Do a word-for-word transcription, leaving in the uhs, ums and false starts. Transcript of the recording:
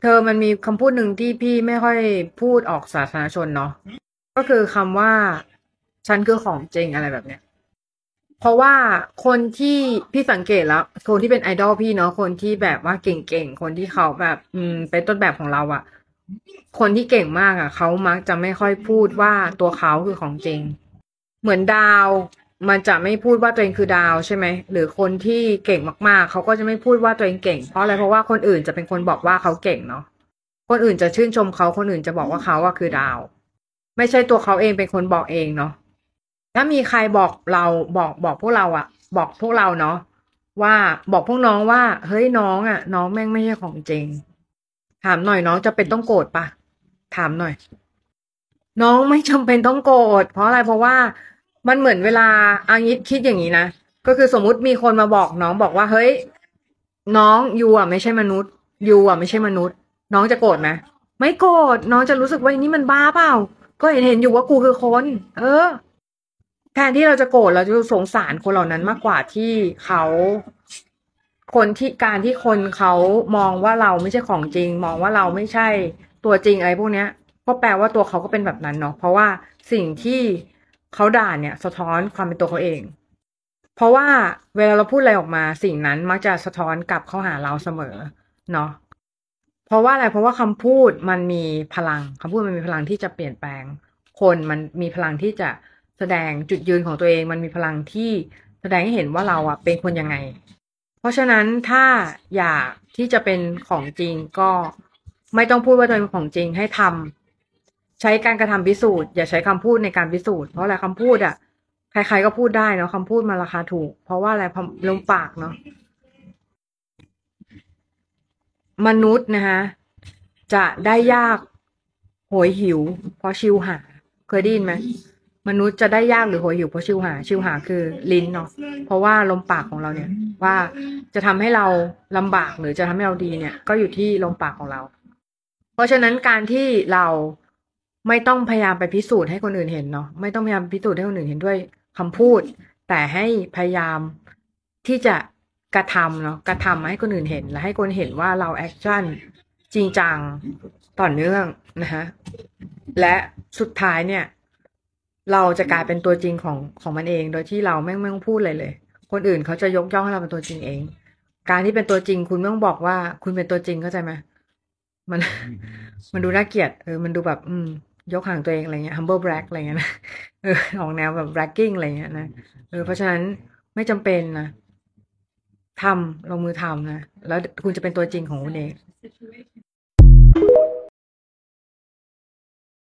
เธอมันมีคำพูดหนึ่งที่พี่ไม่ค่อยพูดออกสาธารณชนเนาะก็คือคำว่าฉันคือของจริงอะไรแบบเนี้ยเพราะว่าคนที่พี่สังเกตแล้วคนที่เป็นไอดอลพี่เนาะคนที่แบบว่าเก่งๆคนที่เขาแบบอืมเป็นต้นแบบของเราอะคนที่เก่งมากอะเขามักจะไม่ค่อยพูดว่าตัวเขาคือของจริงเหมือนดาวมันจะไม่พูดว่าตัวเองคือดาวใช่ไหมหรือคนที่เก่งมากๆเขาก็จะไม่พูดว่าตัวเองเก่งเพราะอะไรเพราะว่าคนอื่นจะเป็นคนบอกว่าเขาเก่งเนาะ คนอื่นจะชื่นชมเขาคนอื่นจะบอกว่าเขาอะคือดาวไม่ใช่ตัวเขาเองเป็นคนบอกเองเนาะถ้ามีใครบอกเราบอกบอกพวกเราอะบอกพวกเราเนาะว่าบอกพวกน้องว่าเฮ้ยน้องอะน้องแม่งไม่ใช่ของจริงถามหน่อยน้องจะเป็นต้องโกรธปะถามหน่อยน้องไม่จำเป็นต้องโกรธเพราะอะไรเพราะว่ามันเหมือนเวลาอันนี้คิดอย่างนี้นะก็คือสมมุติมีคนมาบอกน้องบอกว่าเฮ้ยน้องยูอ่ะไม่ใช่มนุษย์ยูอ่ะไม่ใช่มนุษย์น้องจะโกรธไหม ไม่โกรธน้องจะรู้สึกว่านี่มันบ้าเปล่าก็เห็นเห็นอยู่ว่ากูคือคนเออแทนที่เราจะโกรธเราจะสงสารคนเหล่านั้นมากกว่าที่เขาคนที่การที่คนเขามองว่าเราไม่ใช่ของจริงมองว่าเราไม่ใช่ตัวจริงอะไรพวกเนี้ยก็แปลว่าตัวเขาก็เป็นแบบนั้นเนาะเพราะว่าสิ่งที่เขาด่าเนี่ยสะท้อนความเป็นตัวเขาเองเพราะว่าเวลาเราพูดอะไรออกมาสิ่งนั้นมักจะสะท้อนกลับเข้าหาเราเสมอเนาะ เพราะว่าอะไรเพราะว่าคำพูดมันมีพลังคำพูดมันมีพลังที่จะเปลี่ยนแปลงคนมันมีพลังที่จะแสดงจุดยืนของตัวเองมันมีพลังที่แสดงให้เห็นว่าเราอะเป็นคนยังไงเพราะฉะนั้นถ้าอยากที่จะเป็นของจริงก็ไม่ต้องพูดว่าตัวเองเป็นของจริงให้ทำใช้การกระทำพิสูจน์อย่าใช้คำพูดในการพิสูจน์เพราะอะไรคำพูดอะใครๆก็พูดได้เนาะคำพูดมันราคาถูกเพราะว่าอะไรพอลมปากเนาะ มนุษย์นะคะจะได้ยากโหยหิวเพราะชิวหาเคยได้ยินไหมมนุษย์จะได้ยากหรือโหยหิวเพราะชิวหาชิวหาคือลิ้นเนาะเพราะว่าลมปากของเราเนี่ยว่าจะทำให้เราลำบากหรือจะทำให้เราดีเนี่ยก็อยู่ที่ลมปากของเราเพราะฉะนั้นการที่เราไม่ต้องพยายามไปพิสูจน์ให้คนอื่นเห็นเนาะไม่ต้องพยายามพิสูจน์ให้คนอื่นเห็นด้วยคำพูดแต่ให้พยายามที่จะกระทำเนาะกระทำให้คนอื่นเห็นและให้คนเห็นว่าเราแอคชั่นจริงจังต่อเนื่องนะคะและสุดท้ายเนี่ยเราจะกลายเป็นตัวจริงของของมันเองโดยที่เราไม่ไม่ต้องพูดเลยเลยคนอื่นเขาจะยกย่องให้เราเป็นตัวจริงเองการที่เป็นตัวจริงคุณไม่ต้องบอกว่าคุณเป็นตัวจริงเข้าใจไหมมันมันดูน่าเกลียดเออมันดูแบบอืมยกห่างตัวเองอะไรเงี้ย humble brag อะไรเงี้ยนะเออออกแนวแบบ bragging อะไรเงี้ยนะเออเพราะฉะนั้นไม่จำเป็นนะ ทำลงมือทำนะแล้วคุณจะเป็นตัวจริงของคุณเอง